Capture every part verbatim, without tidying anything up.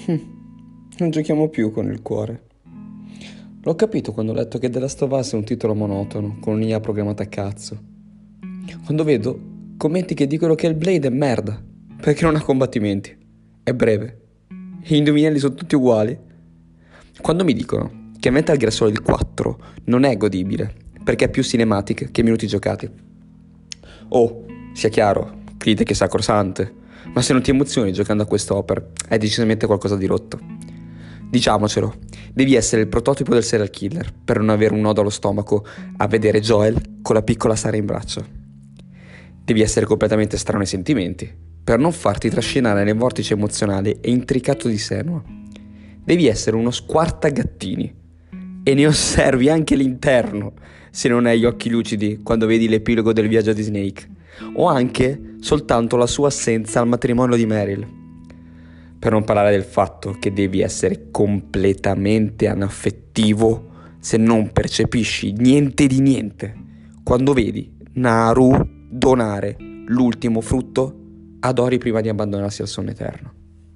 Hm, non giochiamo più con il cuore. L'ho capito quando ho letto che The Last of Us è un titolo monotono, con un'I A programmata a cazzo. Quando vedo commenti che dicono che il Blade è merda, perché non ha combattimenti, è breve, e gli indovinelli sono tutti uguali. Quando mi dicono che Metal Gear Solid quattro non è godibile, perché è più cinematic che minuti giocati. Oh, sia chiaro, critiche sacrosante, ma se non ti emozioni giocando a quest'opera, è decisamente qualcosa di rotto. Diciamocelo, devi essere il prototipo del serial killer per non avere un nodo allo stomaco a vedere Joel con la piccola Sara in braccio. Devi essere completamente strano ai sentimenti per non farti trascinare nel vortice emozionale e intricato di Senua. Devi essere uno squartagattini e ne osservi anche l'interno se non hai gli occhi lucidi quando vedi l'epilogo del viaggio di Snake, o anche soltanto la sua assenza al matrimonio di Meryl. Per non parlare del fatto che devi essere completamente anaffettivo se non percepisci niente di niente quando vedi Naru donare l'ultimo frutto ad Ori prima di abbandonarsi al sonno eterno.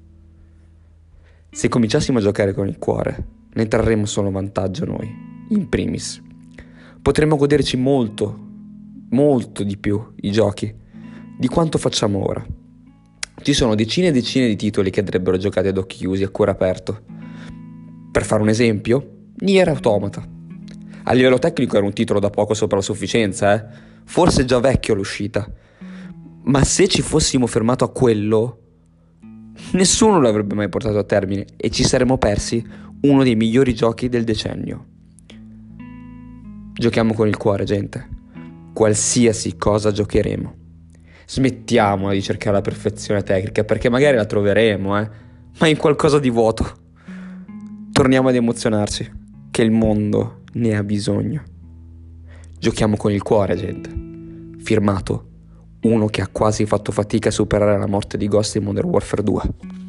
Se cominciassimo a giocare con il cuore, ne trarremmo solo vantaggio noi, in primis. Potremmo goderci molto, molto di più i giochi di quanto facciamo ora. Ci sono decine e decine di titoli che andrebbero giocati ad occhi chiusi, a cuore aperto. Per fare un esempio, Nier Automata. A livello tecnico era un titolo da poco sopra la sufficienza, eh? Forse già vecchio all'uscita. Ma se ci fossimo fermato a quello, nessuno l'avrebbe mai portato a termine e ci saremmo persi uno dei migliori giochi del decennio. Giochiamo con il cuore, gente. Qualsiasi cosa giocheremo. Smettiamola di cercare la perfezione tecnica, perché magari la troveremo, eh, ma in qualcosa di vuoto. Torniamo ad emozionarci, che il mondo ne ha bisogno. Giochiamo con il cuore, gente. Firmato uno che ha quasi fatto fatica a superare la morte di Ghost in Modern Warfare due.